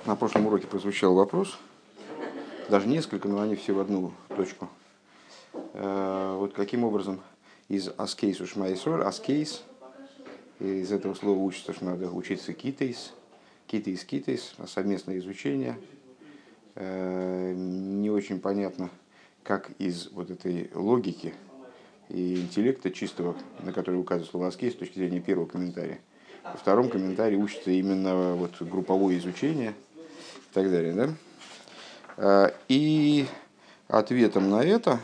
На прошлом уроке прозвучал вопрос, даже несколько, но они все в одну точку. Вот каким образом из аскейс уж майсор, аскейс, из этого слова учится, что надо учиться китейс, китейс, совместное изучение. Не очень понятно, как из вот этой логики и интеллекта чистого, на который указывает слово аскейс с точки зрения первого комментария. Во втором комментарии учится именно вот групповое изучение и так далее, да? И ответом на это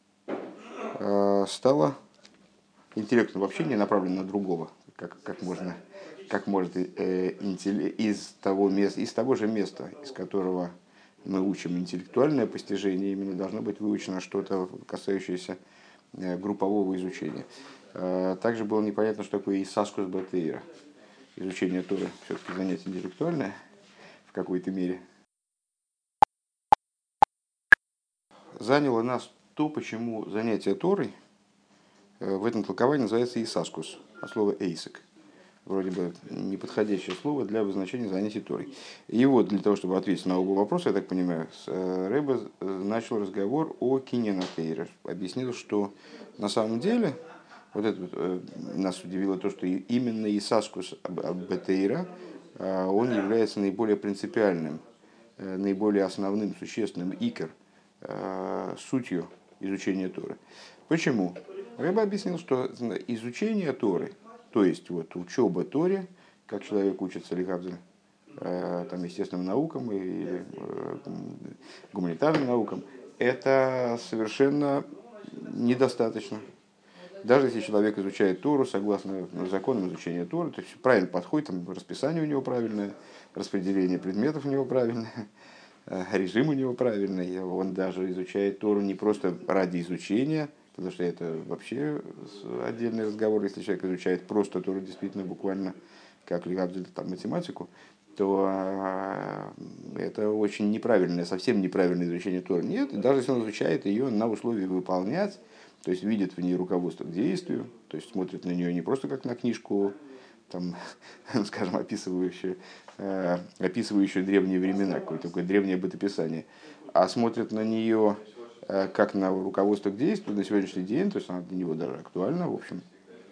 стало интеллект вообще не направлен на другого, как может из того же места, из которого мы учим интеллектуальное постижение, именно должно быть выучено что-то, касающееся группового изучения. Также было непонятно, что такое исаскус батейра. Изучение Торы все-таки занятие интеллектуальное в какой-то мере. Заняло нас то, почему занятие Торой в этом толковании называется исаскус, от слова эйсек. Вроде бы неподходящее слово для обозначения занятий Торой. И вот для того, чтобы ответить на оба вопроса, я так понимаю, Ребе начал разговор о киньяна тейра. Объяснил, что на самом деле, вот это нас удивило то, что именно исаскус бетейра, он является наиболее принципиальным, наиболее основным, существенным икор, сутью изучения Торы. Почему? Ребе объяснил, что изучение Торы, то есть вот учеба Торе, как человек учится лигавзель, там, естественным наукам или гуманитарным наукам, это совершенно недостаточно. Даже если человек изучает Тору согласно законам изучения Торы, то есть правильно подходит, там, расписание у него правильное, распределение предметов у него правильное, режим у него правильный, он даже изучает Тору не просто ради изучения, потому что это вообще отдельный разговор, если человек изучает просто Тору действительно буквально как там, математику, то это очень неправильное, совсем неправильное изучение Торы. Нет, даже если он изучает ее на условии выполнять, то есть видит в ней руководство к действию, то есть смотрит на нее не просто как на книжку, там, скажем, описывающую древние времена, какое-то такое древнее бытописание, а смотрит на нее как на руководство к действию на сегодняшний день, то есть она для него даже актуальна, в общем.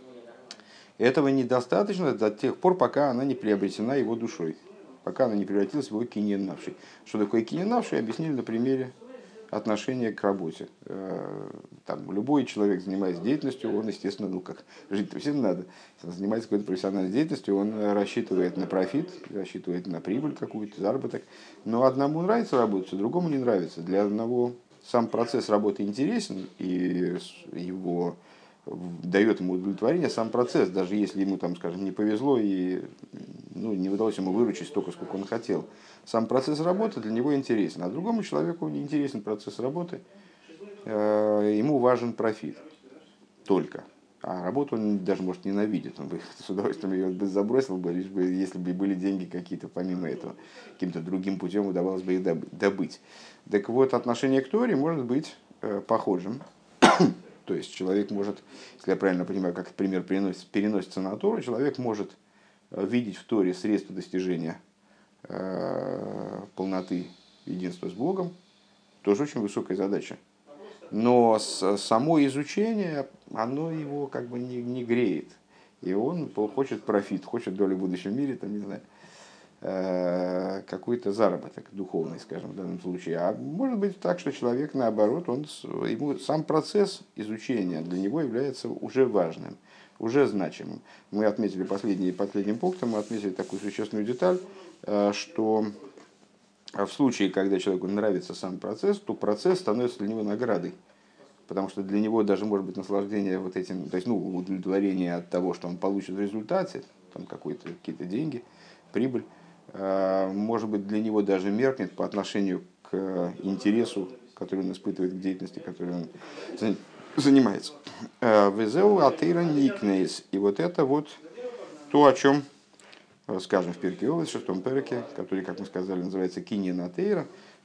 Этого недостаточно до тех пор, пока она не приобретена его душой, пока она не превратилась в его киньян навший. Что такое киньян навший, объяснили на примере отношения к работе. Там, любой человек, занимаясь деятельностью, он, естественно, как жить-то всем надо. Если он занимается какой-то профессиональной деятельностью, он рассчитывает на профит, рассчитывает на прибыль какую-то, заработок. Но одному нравится работать, а другому не нравится. Для одного сам процесс работы интересен, и его дает ему удовлетворение сам процесс, даже если ему, там, скажем, не повезло и не удалось ему выручить столько, сколько он хотел. Сам процесс работы для него интересен, а другому человеку не интересен процесс работы, ему важен профит только. А работу он даже, может, ненавидит, он бы с удовольствием ее бы забросил бы, лишь бы, если бы были деньги какие-то помимо этого, каким-то другим путем удавалось бы их добыть. Так вот, отношение к Торе может быть похожим. То есть человек может, если я правильно понимаю, как пример переносится на Тору, человек может видеть в Торе средства достижения полноты единства с Богом, тоже очень высокая задача. Но само изучение, оно его как бы не греет. И он хочет профит, хочет долю в будущем мире, там, не знаю, какой-то заработок духовный, скажем, в данном случае. А может быть так, что человек, наоборот, ему сам процесс изучения для него является уже важным, уже значимым. Мы отметили последним пунктом, мы отметили такую существенную деталь, что в случае, когда человеку нравится сам процесс, то процесс становится для него наградой. Потому что для него даже может быть наслаждение вот этим, то есть удовлетворение от того, что он получит в результате, там какие-то деньги, прибыль, может быть для него даже меркнет по отношению к интересу, который он испытывает к деятельности, которой он занимается. Везеу атеира никнейс. И вот это вот то, о чем скажем в Перке Овес, в шестом перке, который, как мы сказали, называется киньян атеира.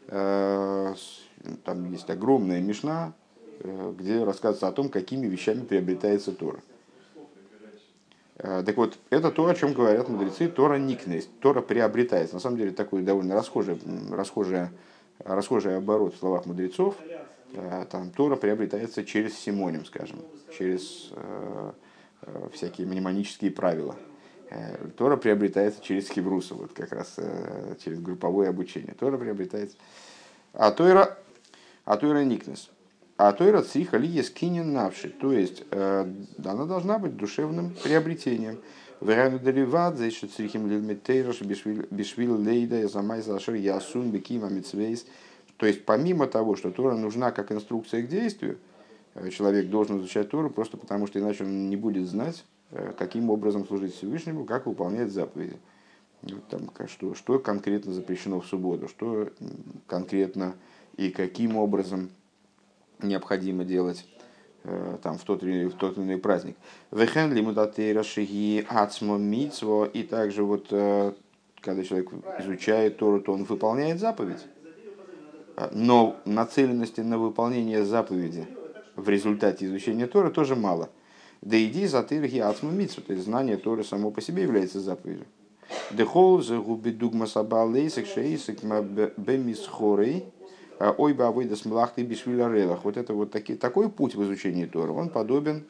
Там есть огромная мишна, где рассказывается о том, какими вещами приобретается Тора. Так вот, это то, о чем говорят мудрецы, Тора никнес, Тора приобретается. На самом деле, такой довольно расхожий оборот в словах мудрецов. Там Тора приобретается через симоним, скажем, через всякие мнемонические правила. Тора приобретается через хевруса, вот как раз через групповое обучение. Тора приобретается. А Тойра никнес. А Тойра цриха ли ескинен навши. То есть она должна быть душевным приобретением. Верану деливат, за еще црихим лильметейрош, бишвил лейда, замай зашер ясун, бекима митсвейс. То есть помимо того, что Тора нужна как инструкция к действию, человек должен изучать Тору просто потому, что иначе он не будет знать, каким образом служить Всевышнему, как выполнять заповеди. Там, что конкретно запрещено в субботу, что конкретно и каким образом необходимо делать там, в тот или иной праздник. Вехен лимудатейра шиги ацмо мицво. И также вот, когда человек изучает Тору, то он выполняет заповедь. Но нацеленности на выполнение заповеди в результате изучения Торы тоже мало. Да иди за тырги ацмо мицво. То есть знание Торы само по себе является заповедью. Дехол за губи дугма сабалейсик шейсик бемисхорей. Ой, бавой да смлахты бишвиля релах. Вот это вот такой путь в изучении Торы, он подобен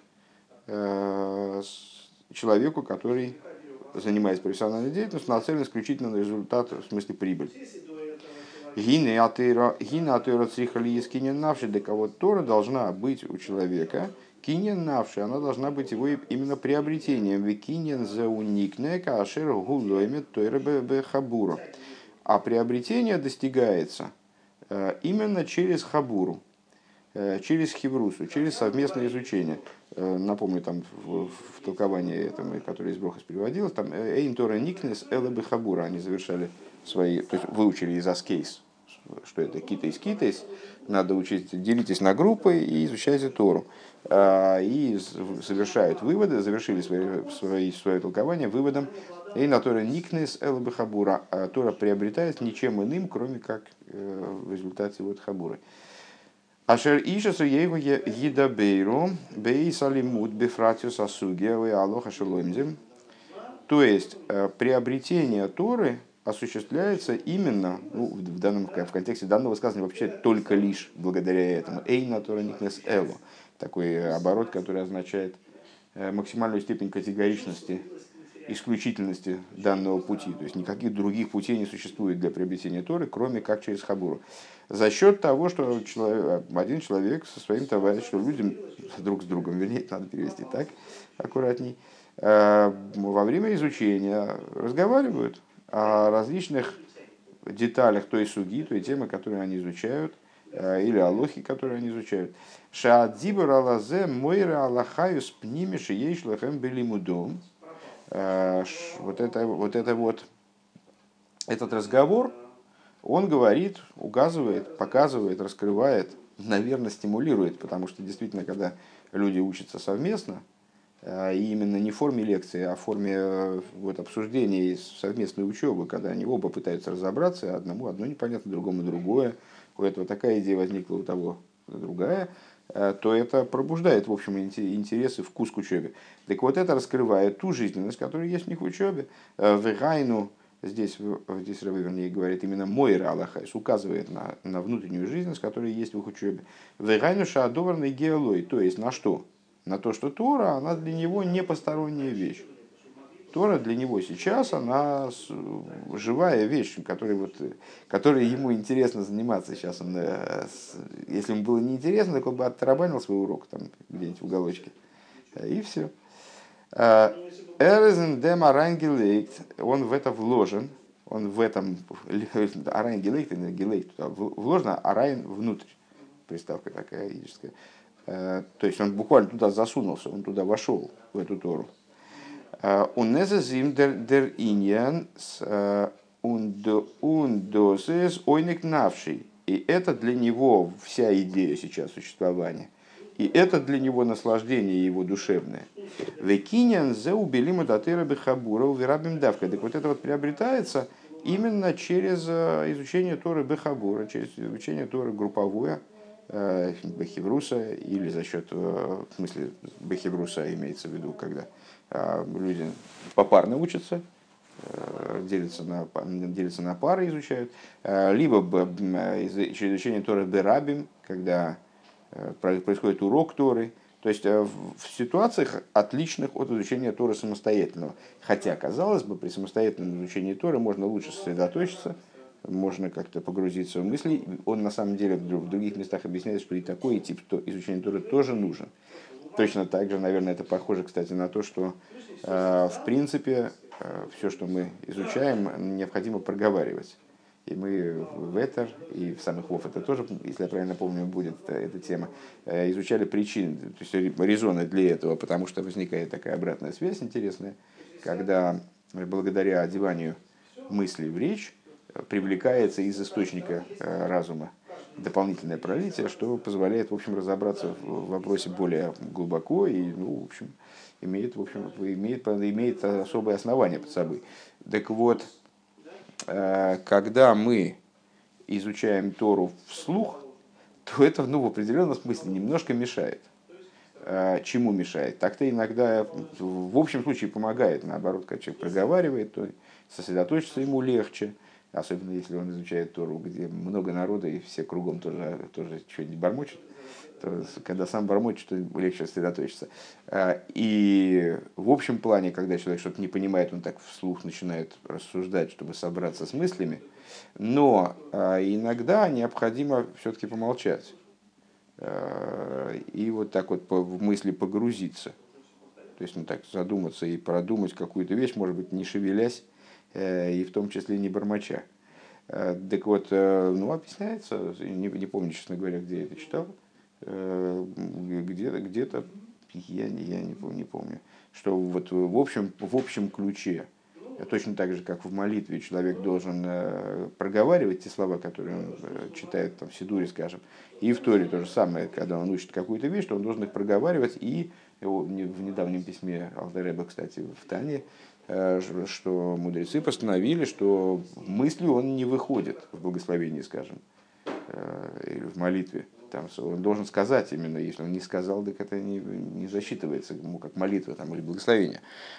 человеку, который занимается профессиональной деятельностью, нацелен исключительно на результат, в смысле прибыль. Гина атера црихали есть кинен навши, для кого Тора должна быть у человека, кинен навши, она должна быть его именно приобретением. Викинен зауникнека ашер гулоймет тойра бехабура. А приобретение достигается именно через хабуру, через хеврусу, через совместное изучение. Напомню, там в толковании, этом, которое из Брохас приводилось, там «Эйн Тора Никнес Элэбэ Хабура» они завершали свои, то есть выучили из аскейс, что это китайс, надо учить, делитесь на группы и изучайте Тору. И совершают выводы, завершили свое толкование выводом «Эйн Тора Никнес Элэбэ Хабура». Тора приобретает ничем иным, кроме как в результате вот хабуры. Ашер ишасу его едабейру бейсалимут бефратиус асугия и алоха шеломзим. То есть приобретение Торы осуществляется именно, ну, в контексте данного высказывания вообще только лишь благодаря этому. Эйна Тора никнес эло. Такой оборот, который означает максимальную степень категоричности, исключительности данного пути. То есть никаких других путей не существует для приобретения Торы, кроме как через хабуру. За счет того, что один человек со своим товарищем, люди друг с другом, вернее, надо перевести так, аккуратней, во время изучения разговаривают о различных деталях той суги, той темы, которую они изучают, или алохи, которые они изучают. Шаадзибур алазе мойра алахаюс пнимиши ейшлахем белимудом. Этот разговор, он говорит, указывает, показывает, раскрывает, наверное, стимулирует, потому что действительно, когда люди учатся совместно, и именно не в форме лекции, а в форме вот, обсуждения и совместной учебы, когда они оба пытаются разобраться, одному одно непонятно, другому другое, у этого такая идея возникла, у того другая, то это пробуждает, в общем, интерес и вкус к учебе. Так вот, это раскрывает ту жизненность, которая есть у них в учебе. Вегайну, здесь Рэбе, вернее, говорит именно Мойра Аллахайс, указывает на внутреннюю жизненность, которая есть в их учебе. Вегайну шаадоварный геолой, то есть на что? На то, что Тора, она для него не посторонняя вещь. Тора для него сейчас, она живая вещь, которой ему интересно заниматься. Сейчас он, если ему было неинтересно, так он бы оттарабанил свой урок там где-нибудь в уголочке. И все. Эрезен дем арангелейт, он в это вложен, он в этом арангелейт, вложено, арайн внутрь. Приставка такая идическая. То есть он буквально туда засунулся, он туда вошел, в эту Тору. Унезазим дер иньян ундосес ойник навший. И это для него вся идея сейчас существования. И это для него наслаждение его душевное. Векиньян зе убелима датыра бехабура уверабим давка. Так вот это вот приобретается именно через изучение Торы бехабура, через изучение Торы групповое, бехевруса, или за счет, в смысле бехевруса имеется в виду, когда Люди попарно учатся, делятся на пары, изучают, либо через изучение Торы берабим, когда происходит урок Торы, то есть в ситуациях, отличных от изучения Торы самостоятельного. Хотя, казалось бы, при самостоятельном изучении Торы можно лучше сосредоточиться, можно как-то погрузиться в мысли. Он на самом деле в других местах объясняет, что и такой тип изучения Торы тоже нужен. Точно так же, наверное, это похоже, кстати, на то, что в принципе все, что мы изучаем, необходимо проговаривать. И мы в Этер, и в самых Вов это тоже, если я правильно помню, будет эта тема, изучали причины, то есть резоны для этого, потому что возникает такая обратная связь интересная, когда благодаря одеванию мысли в речь привлекается из источника разума дополнительное пролитие, что позволяет, в общем, разобраться в вопросе более глубоко и, ну, в общем, имеет особое основание под собой. Так вот, когда мы изучаем Тору вслух, то это, ну, в определенном смысле немножко мешает. Чему мешает? Так-то иногда, в общем случае, помогает. Наоборот, когда человек проговаривает, то сосредоточиться ему легче. Особенно если он изучает Тору, где много народа и все кругом тоже что-нибудь бормочут. То, когда сам бормочет, то легче сосредоточиться. И в общем плане, когда человек что-то не понимает, он так вслух начинает рассуждать, чтобы собраться с мыслями. Но иногда необходимо все-таки помолчать. И вот так вот в мысли погрузиться. То есть, ну так, задуматься и продумать какую-то вещь, может быть, не шевелясь, и в том числе не бормоча. Так вот, ну, объясняется, не помню, честно говоря, где я это читал, где-то я не помню, что вот в общем ключе, точно так же, как в молитве, человек должен проговаривать те слова, которые он читает там, в Сидуре, скажем, и в Торе то же самое, когда он учит какую-то вещь, то он должен их проговаривать, и в недавнем письме Алтер Ребе, кстати, в Тане, что мудрецы постановили, что мыслью он не выходит в благословении, скажем, или в молитве. Там, он должен сказать именно, если он не сказал, так это не засчитывается ему как молитва там, или благословение.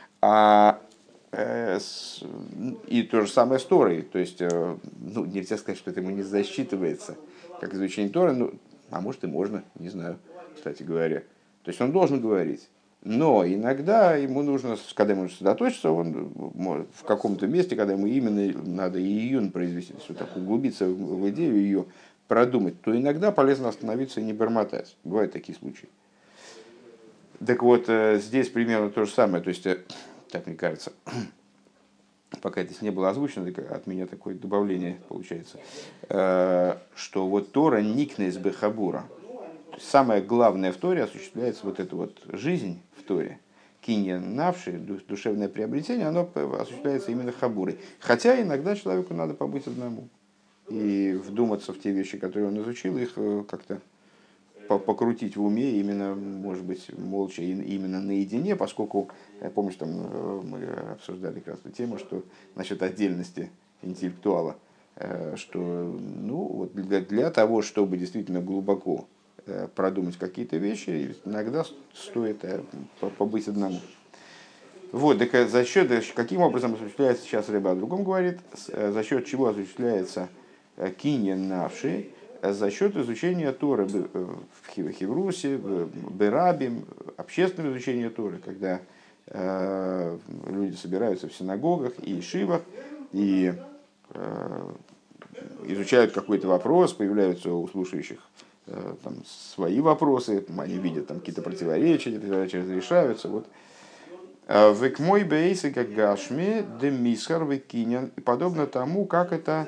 И то же самое с Торой. То есть, ну, нельзя сказать, что это ему не засчитывается, как изучение Торы, ну, а может и можно, не знаю, кстати говоря. То есть он должен говорить. Но иногда ему нужно, когда ему сосредоточиться, он может, в каком-то месте, когда ему именно надо июн произвести, все так углубиться в идею, ее продумать, то иногда полезно остановиться и не бормотать. Бывают такие случаи. Так вот, здесь примерно то же самое. То есть, так мне кажется, пока это не было озвучено, от меня такое добавление получается, что вот Тора никнес бехабура. Самое главное в Торе осуществляется вот эта вот жизнь в Торе, киньян навши, душевное приобретение, оно осуществляется именно хабурой. Хотя иногда человеку надо побыть одному и вдуматься в те вещи, которые он изучил, их как-то покрутить в уме, именно, может быть, молча, именно наедине, поскольку, я помню, что мы обсуждали как раз эту тему, что насчет отдельности интеллектуала, что ну, вот для того, чтобы действительно глубоко продумать какие-то вещи, иногда стоит побыть одному. Вот, так за счет, каким образом осуществляется, сейчас Рыба о другом говорит, за счет чего осуществляется киньян навши, за счет изучения Торы в Хеврусе, в Берабим, общественное изучение Торы, когда люди собираются в синагогах и шивах и изучают какой-то вопрос, появляются у слушающих там, свои вопросы, они видят там какие-то противоречия, эти противоречия разрешаются. Вот. Век мой бейсы как гашми демисхар векинян, подобно тому, как это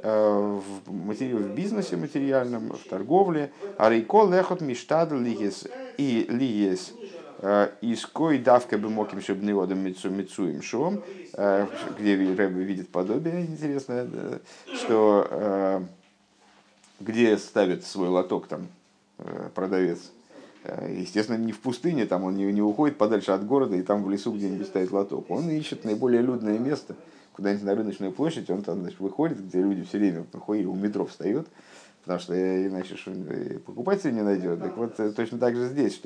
в бизнесе материальном, в торговле. Арейко лехот миштадл лиес и лиес иской давка бы моким шибнеодом мицуем шом, где Рэбби видит подобие интересное, что где ставит свой лоток там продавец. Естественно, не в пустыне, там он не уходит подальше от города и там в лесу где-нибудь ставит лоток. Он ищет наиболее людное место, куда-нибудь на рыночную площадь, он там, значит, выходит, где люди все время ходят, у метро встает, потому что иначе покупателей не найдет. Так вот, точно так же здесь, что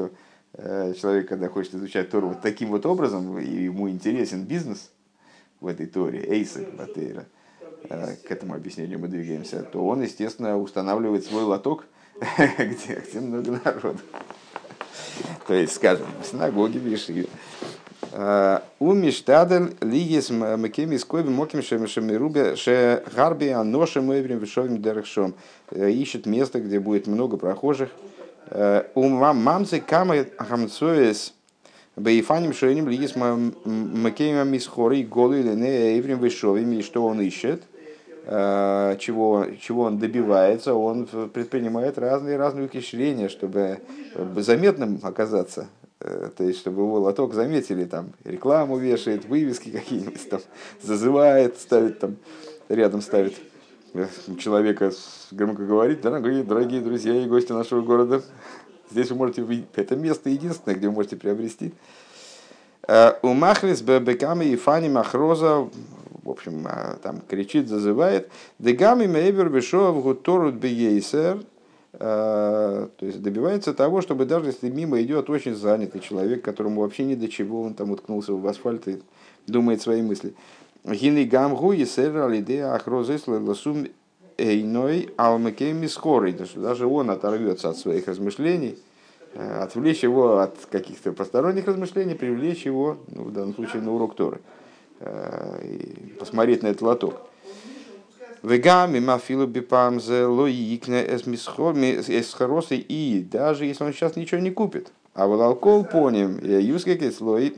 Человек, когда хочет изучать Тору вот таким вот образом, и ему интересен бизнес в этой Торе, Эйсек Батейра, к этому объяснению мы двигаемся, то он, естественно, устанавливает свой лоток, где много народу. То есть, скажем, в синагоге, в Ешиве. У Миштадель Лигис Макеми Скоби Моким Шемирубе Гарби Аношем Эврим Вишовим Дерехшом. Ищет место, где будет много прохожих. У Мамцы Камы Хамцоес Бейфаним Шоиним Лигис Макеми Мисхори Голы Лене Эврим Вишовим. И что он ищет? Чего он добивается? Он предпринимает разные ухищрения, чтобы заметным оказаться. То есть, чтобы его лоток заметили, там, рекламу вешает, вывески какие-нибудь там, зазывает, ставит там, рядом ставит человека, громко говорит: дорогие друзья и гости нашего города, здесь вы можете увидеть, это место единственное, где вы можете приобрести. У Махрис Беками и Фани Махроза, в общем, там кричит, зазывает: Дегами Мейбер Бешов Гуторут Бейсер. То есть добивается того, чтобы даже если мимо идет очень занятый человек, которому вообще ни до чего, он там уткнулся в асфальт и думает свои мысли. Гины гамгу и сэралидея ахрозеслы ласум эйной алмекеми скорой. Даже он оторвется от своих размышлений, отвлечь его от каких-то посторонних размышлений, привлечь его, ну, в данном случае, на урок Торы, и посмотреть на этот лоток. Вегами мафилу бипамзе лоикне эсхоросы, и даже если он сейчас ничего не купит, а вот алкоголь поним юскакет слой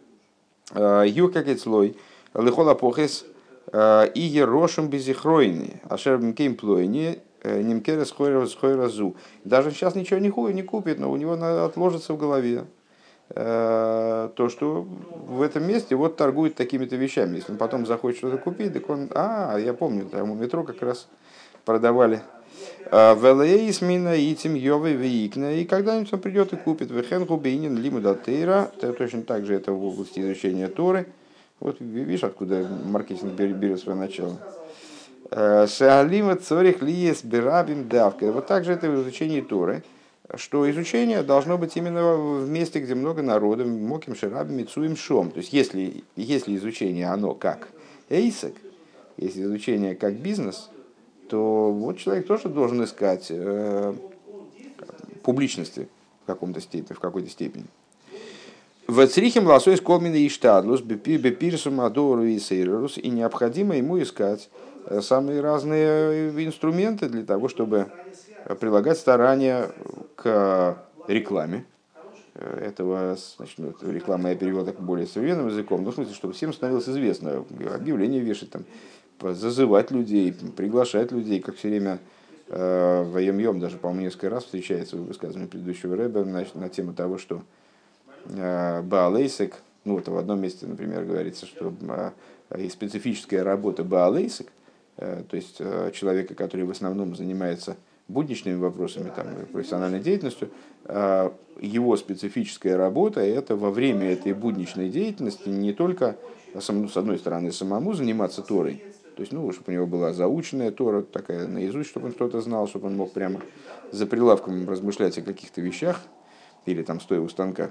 лихола похес и ерошим безихройни ашер кем плойни немкерес хойразу. Даже сейчас ничего не купит, но у него отложится в голове то, что в этом месте вот торгуют такими-то вещами. Если он потом захочет что-то купить, так он... я помню, там у метро как раз продавали велейсмина и тим йовы вейкна, и когда-нибудь он придет и купит вехен губейнин лимудатейра. Точно так же это в области изучения Торы. Вот видишь, откуда маркетинг берет свое начало. Шаалима цорих лиес берабим давка. Вот так же это в изучении Торы, что изучение должно быть именно в месте, где много народу, моким шарабим мицуем шом. То есть, если изучение, оно как эйсек, если изучение как бизнес, то вот человек тоже должен искать публичности в какой-то степени. В црихим лосой сколмина и штадлус, бепирсум адору и сейрус, и необходимо ему искать самые разные инструменты для того, чтобы прилагать старания к рекламе этого, значит, реклама я перевел так более современным языком, но в смысле, чтобы всем становилось известно, объявления вешать, там, зазывать людей, приглашать людей, как все время в Йом-Йом, даже, по-моему, несколько раз встречается в высказывании предыдущего рэба на тему того, что Баалейсек, ну вот в одном месте, например, говорится, что специфическая работа Баалейсек, то есть человека, который в основном занимается будничными вопросами, там, профессиональной деятельностью, его специфическая работа — это во время этой будничной деятельности не только, с одной стороны, самому заниматься Торой, то есть, ну, чтобы у него была заученная Тора, такая наизусть, чтобы он что-то знал, чтобы он мог прямо за прилавком размышлять о каких-то вещах, или там стоя у станка,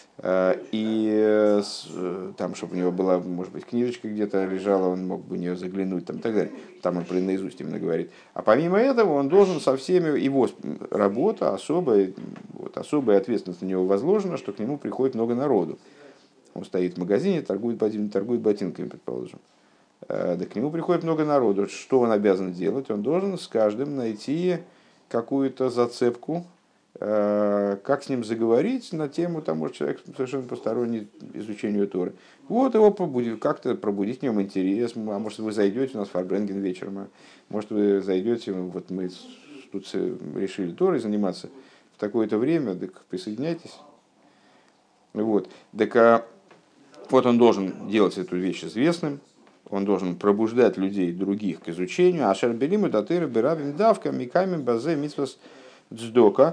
и там, чтобы у него была, может быть, книжечка где-то лежала, он мог бы в нее заглянуть, там, и так далее. Там он про наизусть именно говорит. А помимо этого, он должен со всеми, его работа, особая ответственность на него возложена, что к нему приходит много народу. Он стоит в магазине, торгует ботинками, предположим. Да к нему приходит много народу. Что он обязан делать? Он должен с каждым найти какую-то зацепку, как с ним заговорить на тему, там, может, человек совершенно посторонний изучению Торы. Вот его как-то пробудить в нем интерес. А может, вы зайдете у нас в Фарбренген вечером, может, вы зайдете, вот мы тут решили Торой заниматься в такое-то время, так присоединяйтесь. Вот. Так вот он должен делать эту вещь известным, он должен пробуждать людей других к изучению. Ашер белиму датыры берабим давка микамим базе митвас дздока.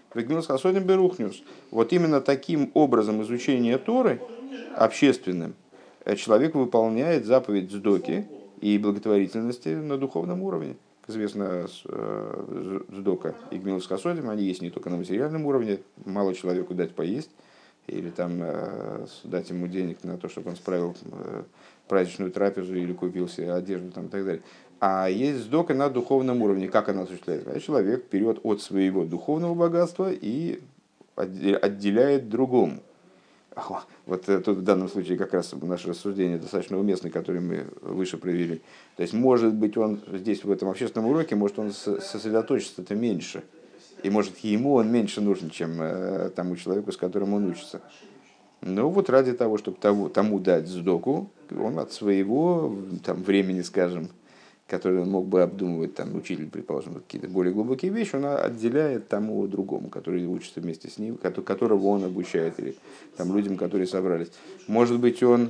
Вот именно таким образом изучение Торы общественным человек выполняет заповедь цдоки и благотворительности на духовном уровне. как известно, сдока и гмилус хасодим, они есть не только на материальном уровне, мало человеку дать поесть, или там дать ему денег на то, чтобы он справил праздничную трапезу или купил себе одежду там, и так далее. А есть сдока на духовном уровне. Как она осуществляется? А человек берет от своего духовного богатства и отделяет другому. Вот тут в данном случае как раз наше рассуждение достаточно уместное, которое мы выше провели. То есть, может быть, он здесь, в этом общественном уроке, может, он сосредоточится-то меньше. И, может, ему он меньше нужен, чем тому человеку, с которым он учится. Но вот ради того, чтобы тому дать сдоку, он от своего там, времени, скажем, который он мог бы обдумывать, там, учитель, предположим, какие-то более глубокие вещи, он отделяет тому другому, который учится вместе с ним, которого он обучает, или там, людям, которые собрались. Может быть, он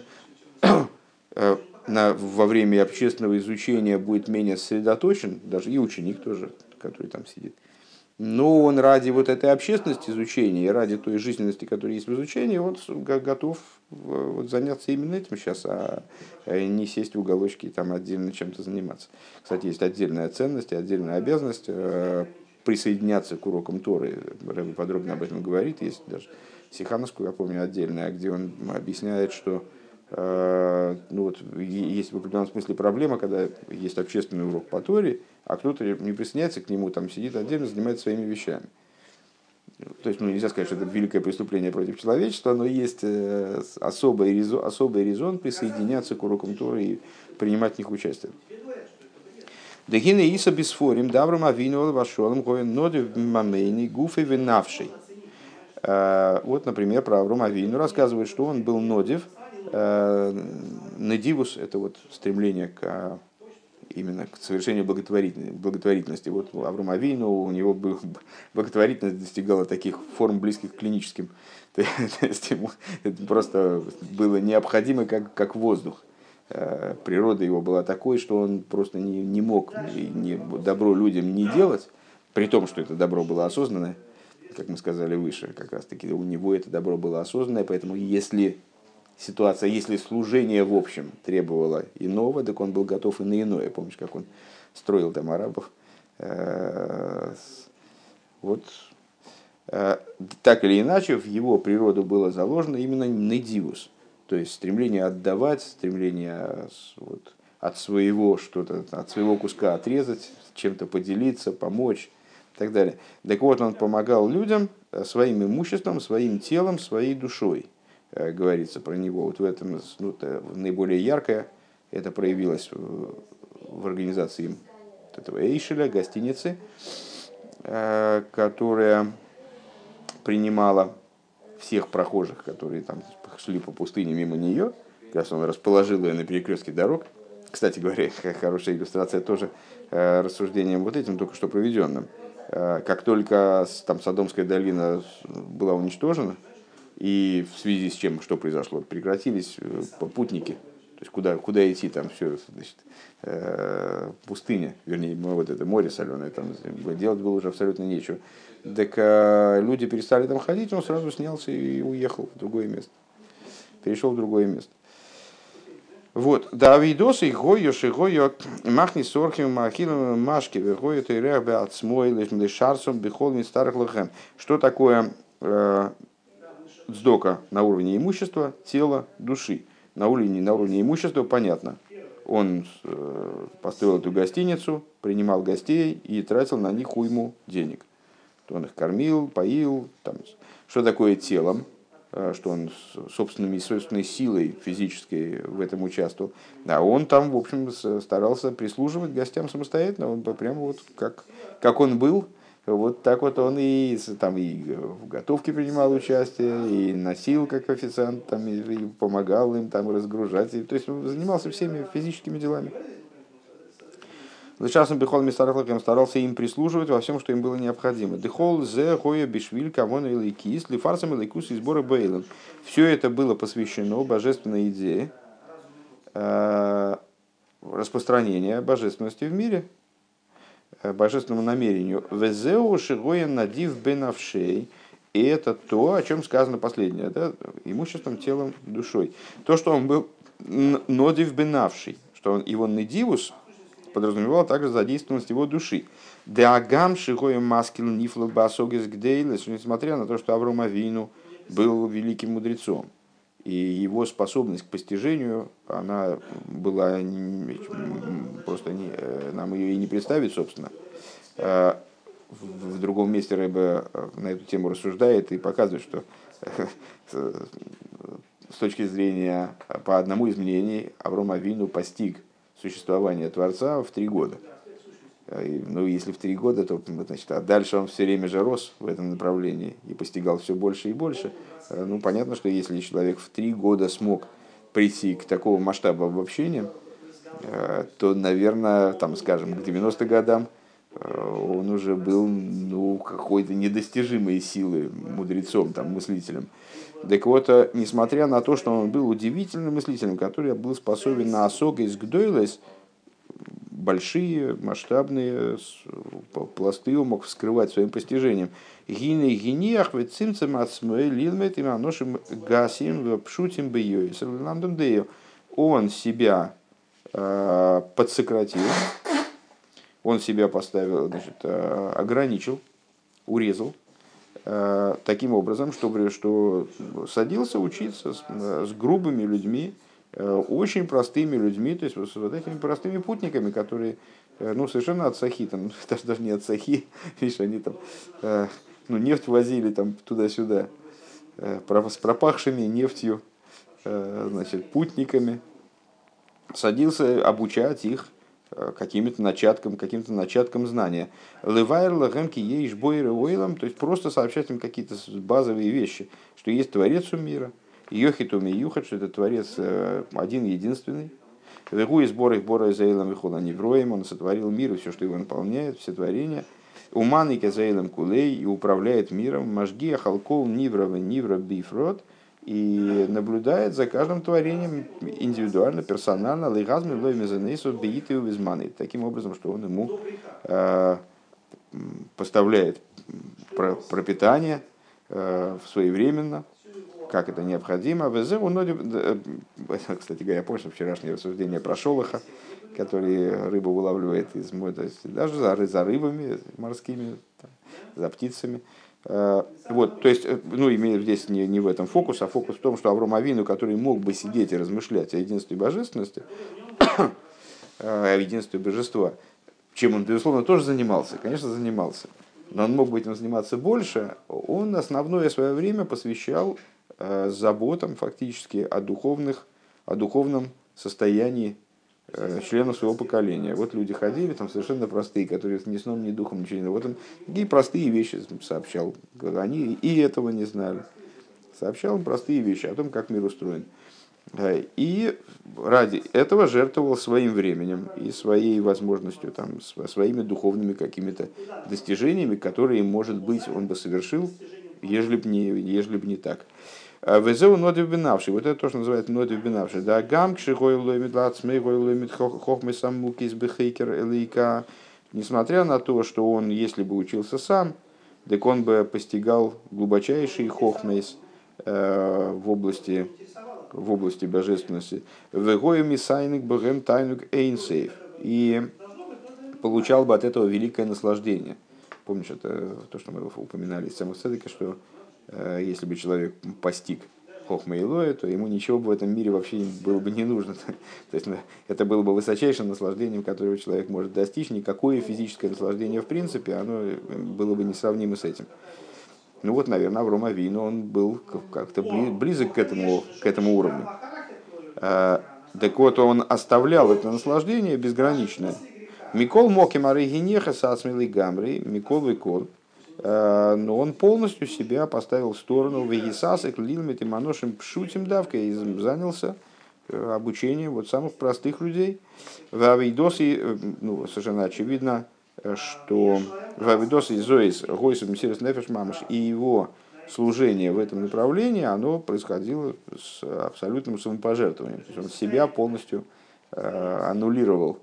во время общественного изучения будет менее сосредоточен, даже и ученик тоже, который там сидит. Но он ради вот этой общественности изучения и ради той жизненности, которая есть в изучении, он готов вот заняться именно этим сейчас, а не сесть в уголочке и там отдельно чем-то заниматься. Кстати, есть отдельная ценность и отдельная обязанность присоединяться к урокам Торы. Рэбе подробно об этом говорит. Есть даже Сихановскую, я помню, отдельная, где он объясняет, что ну вот, есть в определенном смысле проблема, когда есть общественный урок по Торе, а кто-то не присоединяется к нему, там сидит отдельно, занимается своими вещами. То есть, ну, нельзя сказать, что это великое преступление против человечества, но есть особый резон присоединяться к урокам Торы и принимать в них участие. Дагины Иса Бисфорим, Даврам Авину, Вашолом, Гоин Ноди Мамейни, Гуфи Винавший. Вот, например, про Авраама Авину рассказывает, что он был нодив. Недивус — это вот стремление именно к совершению благотворительности. Вот Авраам Авину, у него благотворительность достигала таких форм, близких к клиническим. То есть ему это просто было необходимо, как воздух. Природа его была такой, что он просто не мог добро людям не делать, при том, что это добро было осознанное, как мы сказали выше, как раз таки у него это добро было осознанное, поэтому если служение в общем требовало иного, так он был готов и на иное. Помнишь, как он строил там арабов? Вот. Так или иначе, в его природу было заложено именно недивус, то есть стремление отдавать, стремление вот, от своего что-то, от своего куска отрезать, чем-то поделиться, помочь и так далее. Так вот, он помогал людям своим имуществом, своим телом, своей душой. Говорится про него. Вот в этом наиболее яркое это проявилось в организации вот этого Эйшеля, гостиницы, которая принимала всех прохожих, которые там шли по пустыне мимо нее. Как раз он расположил ее на перекрестке дорог. Кстати говоря, хорошая иллюстрация тоже рассуждением вот этим только что проведенным. Как только там Содомская долина была уничтожена, и в связи с чем, что произошло, прекратились попутники, то есть куда идти, там все, значит, пустыня, вернее, вот это море соленое, там делать было уже абсолютно нечего. Так люди перестали там ходить, он сразу снялся и уехал в другое место, перешел в другое место. Вот, Давидос и Гойо, Шигойо, Махни Сорхим, Махилом, Машки, Гойо, Тейрех, Беатсмой, Лешарсом, Бехолми, Старых Лохем. Что такое цдока на уровне имущества, тела, души? На уровне имущества понятно. Он построил эту гостиницу, принимал гостей и тратил на них уйму денег. Он их кормил, поил. Там. Что такое телом? Что он собственной силой физической в этом участвовал. А он там, в общем, старался прислуживать гостям самостоятельно. Он прямо вот как он был, вот так вот он и в готовке принимал участие, и носил как официант, там, и помогал им там разгружать. То есть он занимался всеми физическими делами. Лышасом бихол мистарахлаком старался им прислуживать во всем, что им было необходимо. Дехол зе гоя бишвиль камон или кис лифарсом или кус и сбора бейлом. Все это было посвящено божественной идее распространения божественности в мире, божественному намерению. Везеу шигоя надив бенавшей. И это то, о чем сказано последнее, да? Имуществом, телом, душой. То, что он был нодив бенавший, что он его недивус, подразумевало также задействованность его души. Деагам шигоем маскил нифло басогис гдейлес, несмотря на то, что Авром Авину был великим мудрецом, и его способность к постижению, она была просто нам ее и не представить, собственно. В другом месте Рэбе на эту тему рассуждает и показывает, что с точки зрения, по одному из мнений, Авром Авину постиг существование Творца в 3 года. Ну, если в 3 года, то значит, а дальше он все время же рос в этом направлении и постигал все больше и больше. Ну, понятно, что если человек в 3 года смог прийти к такому масштабу обобщения, то, наверное, там, скажем, к 90 годам он уже был, ну, какой-то недостижимой силы мудрецом, там, мыслителем. Так вот, несмотря на то, что он был удивительным мыслителем, который был способен на осога из гдойлес, большие, масштабные пласты он мог вскрывать своим постижением. Гине гиниах вецимцем ацмой лилмет им аношим гасим пшутим бьёй. Он себя подсократил, он себя поставил, значит, ограничил, урезал, таким образом, что садился учиться с грубыми людьми, очень простыми людьми, то есть с вот этими простыми путниками, которые, ну, совершенно от сахи, там, даже не от сахи, видишь, они там, ну, нефть возили там туда-сюда, с пропахшими нефтью, значит, путниками, садился обучать их каким-то начаткам знания. Левайр лагемки ейш бойры ойлам, то есть просто сообщать им какие-то базовые вещи, что есть Творец у мира, Йохитум и Юхат, что это Творец один, единственный. Вегу и сбор их бора заилом вихола невроем, он сотворил мир и все, что его наполняет, все творения. Уман и казаилом кулей, и управляет миром. Мажгия халкол ниврова нивра бифрод, и наблюдает за каждым творением индивидуально, персонально. Лейгазми лойми занесу беиты увизманы. Таким образом, что он ему поставляет пропитание своевременно, как это необходимо. Кстати говоря, помнишь вчерашнее рассуждение про шолоха, который рыбу вылавливает из моря, то есть даже за рыбами морскими, за птицами. Вот, то есть, ну, имею здесь не в этом фокус, а фокус в том, что Авром Авину, который мог бы сидеть и размышлять о единстве божественности, о единстве божества, чем он, безусловно, тоже занимался, конечно, занимался, но он мог бы этим заниматься больше, он основное свое время посвящал заботам фактически о духовном состоянии членов своего поколения. Вот люди ходили, там совершенно простые, которые ни сном, ни духом ничего не знали. Вот он такие простые вещи сообщал. Они и этого не знали. Сообщал им простые вещи о том, как мир устроен. И ради этого жертвовал своим временем и своей возможностью, там, своими духовными какими-то достижениями, которые, может быть, он бы совершил, ежели бы не так. Везеу ноды вбинавший, вот это то, что называется ноды вбинавший. Да, гамкши гойлоймит лацмей гойлоймит хохмы саммуки из бехейкер элейка. Несмотря на то, что он, если бы учился сам, так он бы постигал глубочайший хохмейс в области божественности. Вегоем и сайник богем тайнук эйнсейф. И получал бы от этого великое наслаждение. Помнишь, это то, что мы упоминали из самого Цедека, что если бы человек постиг хохма и лоя, то ему ничего бы в этом мире вообще было бы не нужно. То есть это было бы высочайшим наслаждением, которого человек может достичь. Никакое физическое наслаждение в принципе, оно было бы несравнимо с этим. Ну вот, наверное, Авром Авину, он был как-то близок к этому уровню. Так вот, он оставлял это наслаждение безграничное. Микол моки мары гинеха сасмилый гамри, Микол векол. Но он полностью себя поставил в сторону вегисасек, лилмит и маношим пшутим давкой и занялся обучением вот самых простых людей. В Авидосе, ну, совершенно очевидно, что в Авидосе Зоис Гойсов Мсирос Нефеш Мамаш и его служение в этом направлении, оно происходило с абсолютным самопожертвованием. То есть он себя полностью аннулировал,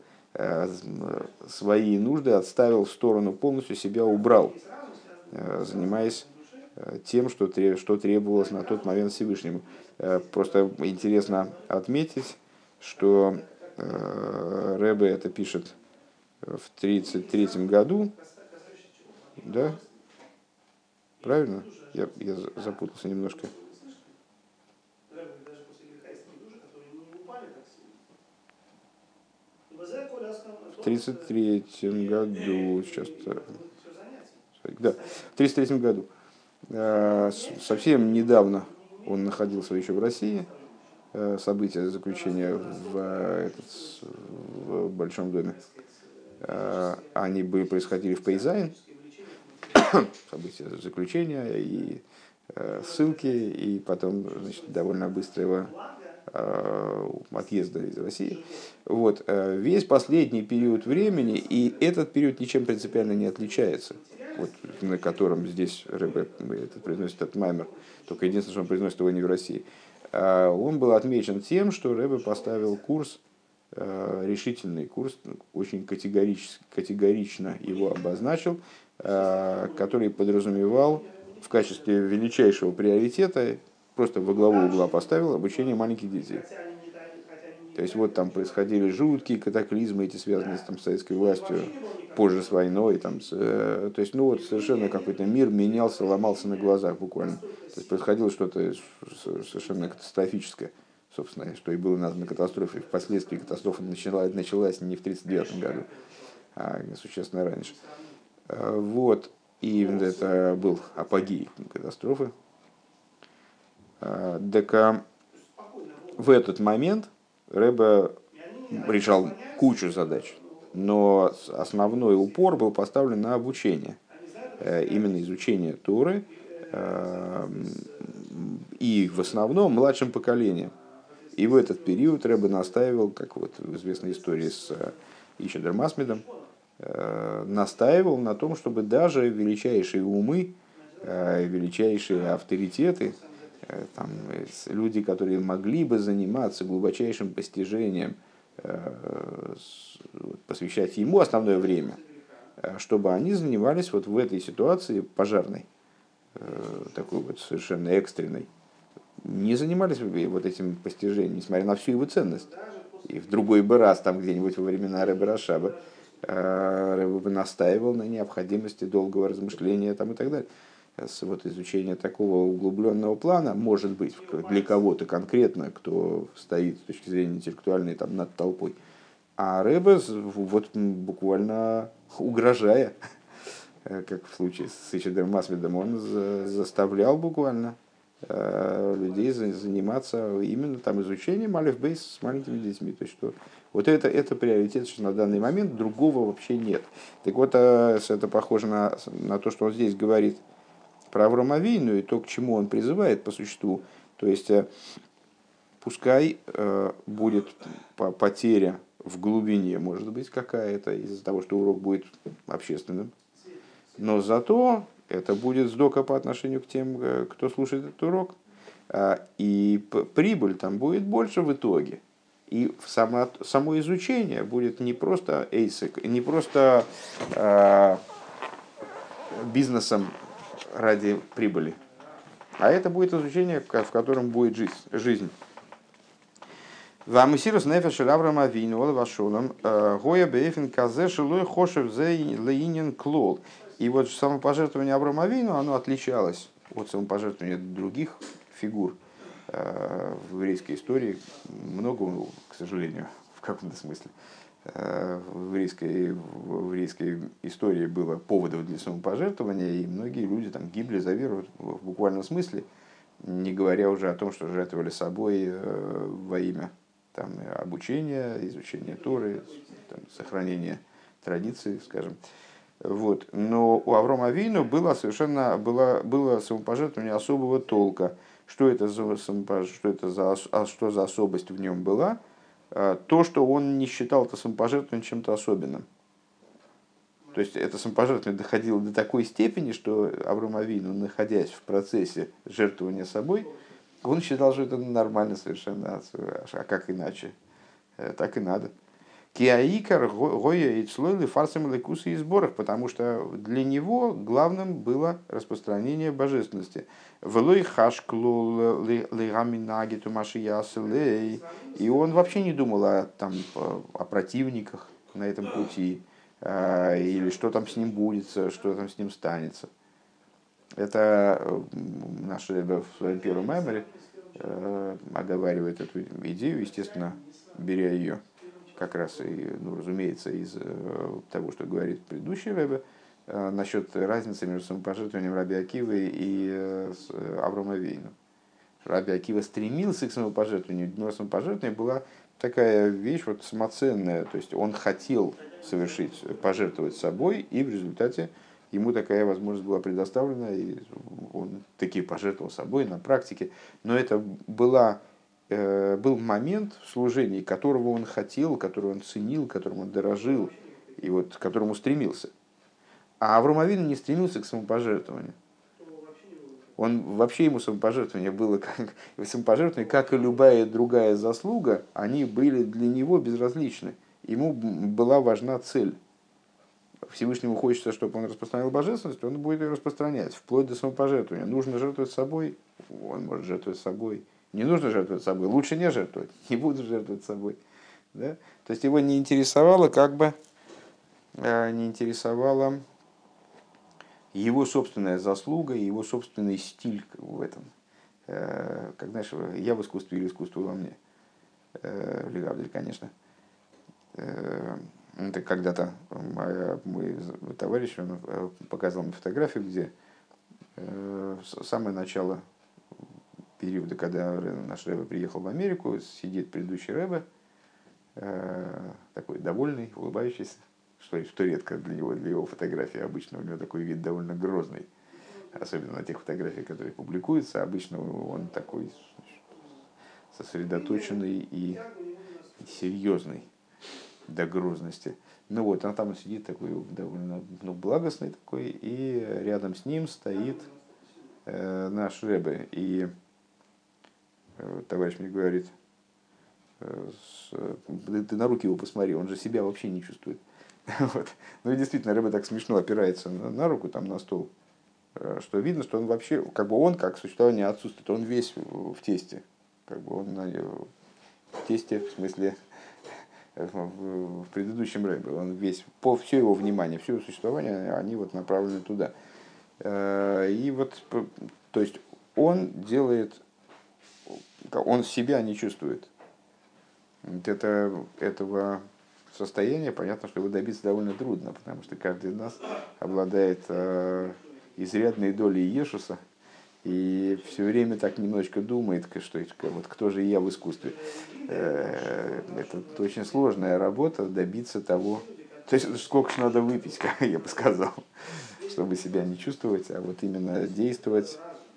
свои нужды отставил в сторону, полностью себя убрал, занимаясь тем, что требовалось на тот момент Всевышнему. Просто интересно отметить, что Ребе это пишет в 1933 году, да, правильно? Я запутался немножко. В 1933 году, сейчас, да, в 1933 году, совсем недавно он находился еще в России, события заключения в Большом доме, они происходили в Пейзайн, события заключения и ссылки, и потом, значит, довольно быстрого отъезда из России. Вот. Весь последний период времени, и этот период ничем принципиально не отличается, вот, на котором здесь Ребе произносит этот маймер, только единственное, что он произносит его не в России. Он был отмечен тем, что Ребе поставил курс, решительный курс, очень категорично его обозначил, который подразумевал в качестве величайшего приоритета, просто во главу угла поставил обучение маленьких детей. То есть вот там происходили жуткие катаклизмы, эти связанные с советской властью, позже с войной. То есть, ну вот совершенно какой-то мир менялся, ломался на глазах буквально. То есть происходило что-то совершенно катастрофическое, собственно, что и было названо катастрофой. Впоследствии катастрофа началась не в 1939 году, а существенно раньше. Вот. И это был апогей катастрофы. Так в этот момент Ребе решал кучу задач, но основной упор был поставлен на обучение, именно изучение Торы, и в основном младшим поколением. И в этот период Ребе настаивал, как вот в известной истории с Ишедер Масмедом, настаивал на том, чтобы даже величайшие умы, величайшие авторитеты, там, люди, которые могли бы заниматься глубочайшим постижением, посвящать ему основное время, чтобы они занимались вот в этой ситуации пожарной, такой вот совершенно экстренной, не занимались вот этим постижением, несмотря на всю его ценность. И в другой бы раз, там где-нибудь во времена Ребе Рашаба, Ребе бы настаивал на необходимости долгого размышления там, и так далее. Вот изучение такого углубленного плана, может быть, для кого-то конкретно, кто стоит с точки зрения интеллектуальной там, над толпой. А Ребе, вот, буквально угрожая, как в случае с Ишедер Масмедом, он заставлял буквально людей заниматься именно там изучением алеф бейс с маленькими детьми. То есть, что вот это приоритет, что на данный момент другого вообще нет. Так вот, это похоже на то, что он здесь говорит про Авраама Авину и то, к чему он призывает по существу. То есть, пускай будет потеря в глубине, может быть, какая-то, из-за того, что урок будет общественным, но зато это будет сдока по отношению к тем, кто слушает этот урок, и прибыль там будет больше в итоге. И само изучение будет не просто эйсик, не просто бизнесом ради прибыли, а это будет изучение, в котором будет жизнь. Вамусирус нефеш Авраама Авину ол вашолом гоя бейфен казе шилой хошев зе леинин клол. И вот самопожертвование Авраама Авину, оно отличалось от самопожертвования других фигур в еврейской истории. Много, к сожалению, в каком-то смысле. В еврейской истории было поводов для самопожертвования, и многие люди там гибли за веру в буквальном смысле, не говоря уже о том, что жертвовали собой во имя там, обучения, изучения Торы, там, сохранения традиций, скажем. Вот. Но у Авраама Авину было самопожертвование особого толка. Что за особость в нем была? То, что он не считал это самопожертвованием чем-то особенным. То есть это самопожертвование доходило до такой степени, что Авраам Авину, находясь в процессе жертвования собой, он считал, что это нормально совершенно, а как иначе? Так и надо. Киаикар гоя и цлойли фарсом лекусы и сборах, потому что для него главным было распространение божественности. Влой хашклу легаминаги тумашиясылей. И он вообще не думал о противниках на этом пути, или что там с ним будет, что там с ним станется. Это наш Ребе в своем первом меморе оговаривает эту идею, естественно, беря ее как раз и, ну, разумеется, из того, что говорит предыдущий Ребе, насчет разницы между самопожертвованием Раби Акивы и Аврома Авейну. Раби Акива стремился к самопожертвованию, но самопожертвование была такая вещь вот самоценная, то есть он хотел совершить, пожертвовать собой, и в результате ему такая возможность была предоставлена, и он таки пожертвовал собой на практике. Но это был момент в служении, которого он хотел, который он ценил, которым он дорожил, и вот к которому стремился. А Авром Авину не стремился к самопожертвованию. Он, вообще ему самопожертвование было как самопожертвование, как и любая другая заслуга, они были для него безразличны. Ему была важна цель. Всевышнему хочется, чтобы он распространял божественность, он будет ее распространять, вплоть до самопожертвования. Нужно жертвовать собой, он может жертвовать собой. Не нужно жертвовать собой, лучше не жертвовать, не буду жертвовать собой. Да? То есть его не интересовало, не интересовала его собственная заслуга, его собственный стиль в этом. Как знаешь, я в искусстве или искусство во мне. Легавдель, конечно. Это когда-то мой товарищ он показал мне фотографию, где самое начало периода, когда наш Ребе приехал в Америку, сидит предыдущий Ребе, такой довольный, улыбающийся, что редко для него, для его фотографии. Обычно у него такой вид довольно грозный, особенно на тех фотографиях, которые публикуются. Обычно он такой сосредоточенный и серьезный до грозности. Ну вот, а там он сидит такой довольно благостный такой, и рядом с ним стоит наш Ребе. И товарищ мне говорит: ты на руки его посмотри, он же себя вообще не чувствует. Вот. Ну и действительно, Ребе так смешно опирается на руку, там, на стол, что видно, что он вообще, он как существование отсутствует, он весь в тесте. Он в тесте, в смысле, в предыдущем Ребе, он весь, все его внимание, все его существование, они вот направлены туда. И вот, то есть он делает, он себя не чувствует. Вот этого состояния, понятно, что его добиться довольно трудно, потому что каждый из нас обладает изрядной долей Ешуса, и все время так немножечко думает, что вот кто же я в искусстве. Это очень сложная работа добиться того, то есть сколько же надо выпить, как я бы сказал, чтобы себя не чувствовать, а вот именно действовать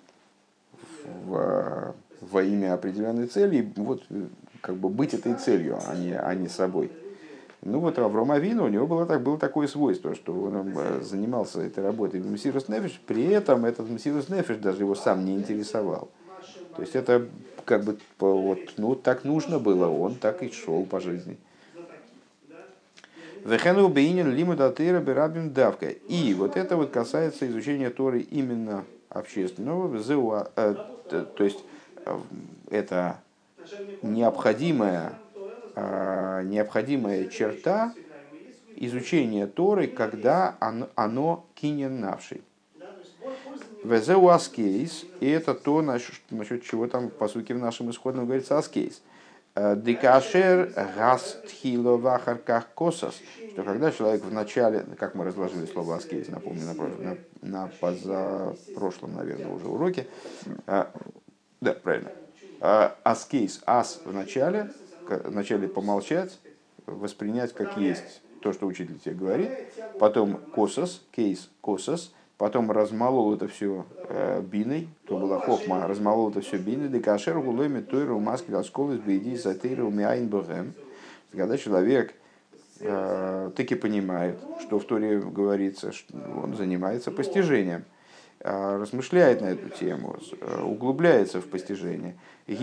во имя определенной цели, и вот быть этой целью, а не собой. Ну вот Авром Авину, у него было такое свойство, что он занимался этой работой в Месирус Нефеш, при этом этот Месирус Нефеш даже его сам не интересовал. То есть это так нужно было, он так и шел по жизни. И вот это вот касается изучения Торы именно общественного, то есть это необходимая черта изучения Торы, когда оно кинен навший. Везеу аскейс, и это то, насчет чего там по сути в нашем исходном говорится аскейс. Декашер гас тхило вахарках косас, что когда человек в начале, как мы разложили слово аскейс, напомню, на позапрошлом, наверное, уже уроке, да, правильно, аскейс, в начале помолчать, воспринять как есть то, что учитель тебе говорит, потом косас, кейс, косас, потом размолол это все биной, то была хохма, размолол это все биной, декашер гулойми тойру маски осколы сбейди затейру миайн богем. Когда человек таки понимает, что в Торе говорится, что он занимается постижением, размышляет на эту тему, углубляется в постижение.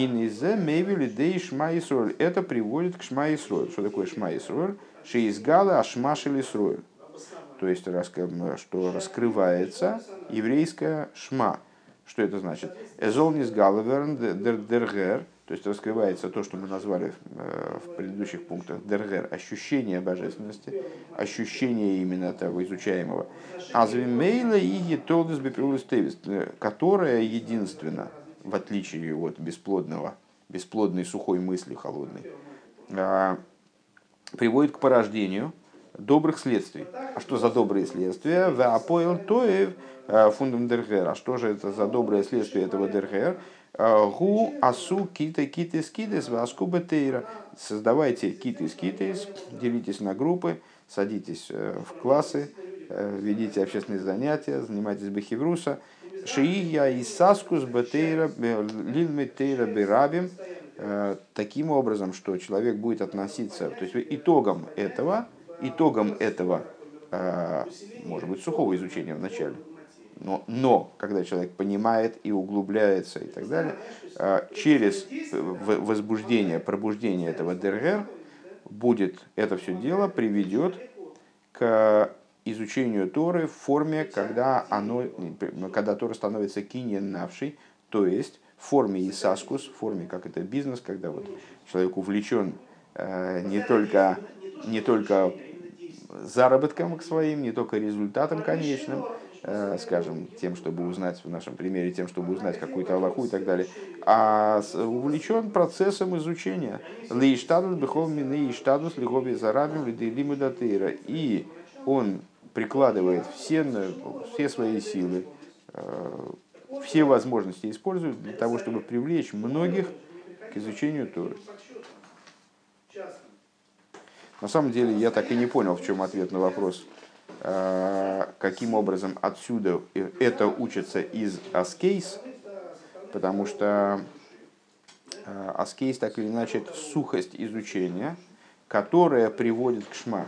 Это приводит к Шма Исроэль. Что такое Шма Исроэль? Шеизгала ашма шель Исроэль. То есть, что раскрывается еврейская шма. Что это значит? Эзол низгала верн дергер. То есть раскрывается то, что мы назвали в предыдущих пунктах дергер, ощущение божественности, ощущение именно того изучаемого. Азвимейла и гитолдес беприлус тевис, которое единственно, в отличие от бесплодной сухой мысли холодной, приводит к порождению добрых следствий. А что за добрые следствия? Веапоэл тоев фундам дергер. А что же это за доброе следствие этого дергер? Гу асу киты китис китис васку бетейра. Создавайте китис китис, делитесь на группы, садитесь в классы, ведите общественные занятия, занимайтесь бахивруса. Шиия и саскус бетейра лильметейра берабим. Таким образом, что человек будет относиться, то есть итогом этого, может быть, сухого изучения вначале, но когда человек понимает и углубляется и так далее, через возбуждение, пробуждение этого дергер, будет это все дело приведет к изучению Торы в форме, когда Тора становится киньян навшей, то есть в форме исаскус, в форме как это бизнес, когда вот человек увлечен не только заработком к своим, не только результатом конечным, скажем, тем, чтобы узнать, в нашем примере, тем, чтобы узнать какую-то алаху и так далее, а увлечен процессом изучения. Лейштадус бихол мины иштадус лихоби зарабим лидейлиму датейра. И он прикладывает все свои силы, все возможности использует для того, чтобы привлечь многих к изучению Торы. На самом деле я так и не понял, в чем ответ на вопрос, каким образом отсюда это учится из аскейс, потому что аскейс так или иначе это сухость изучения, которая приводит к шма.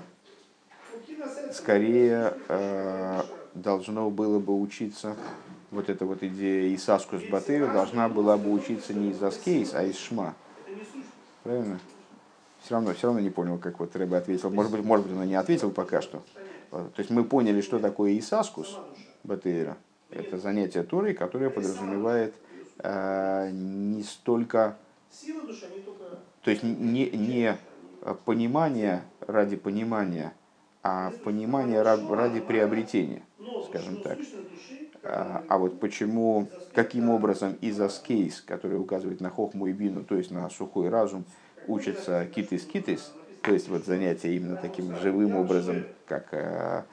Скорее должно было бы учиться, вот эта вот идея Исаскус Батыра должна была бы учиться не из аскейс, а из шма. Правильно? Все равно не понял, как вот Рэбе ответил. Может быть, он не ответил пока что. То есть мы поняли, что такое Исаскус Батыра. Это занятие Торой, которое подразумевает не столько... То есть не понимание ради понимания, а понимание ради приобретения, скажем так. А вот почему, каким образом из аскейс, который указывает на хохму и бину, то есть на сухой разум, учится китис-китис, то есть вот занятие именно таким живым образом, как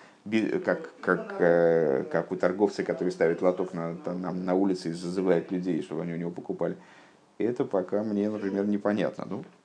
у торговца, который ставит лоток на улице и зазывает людей, чтобы они у него покупали. Это пока мне, например, непонятно. Ну,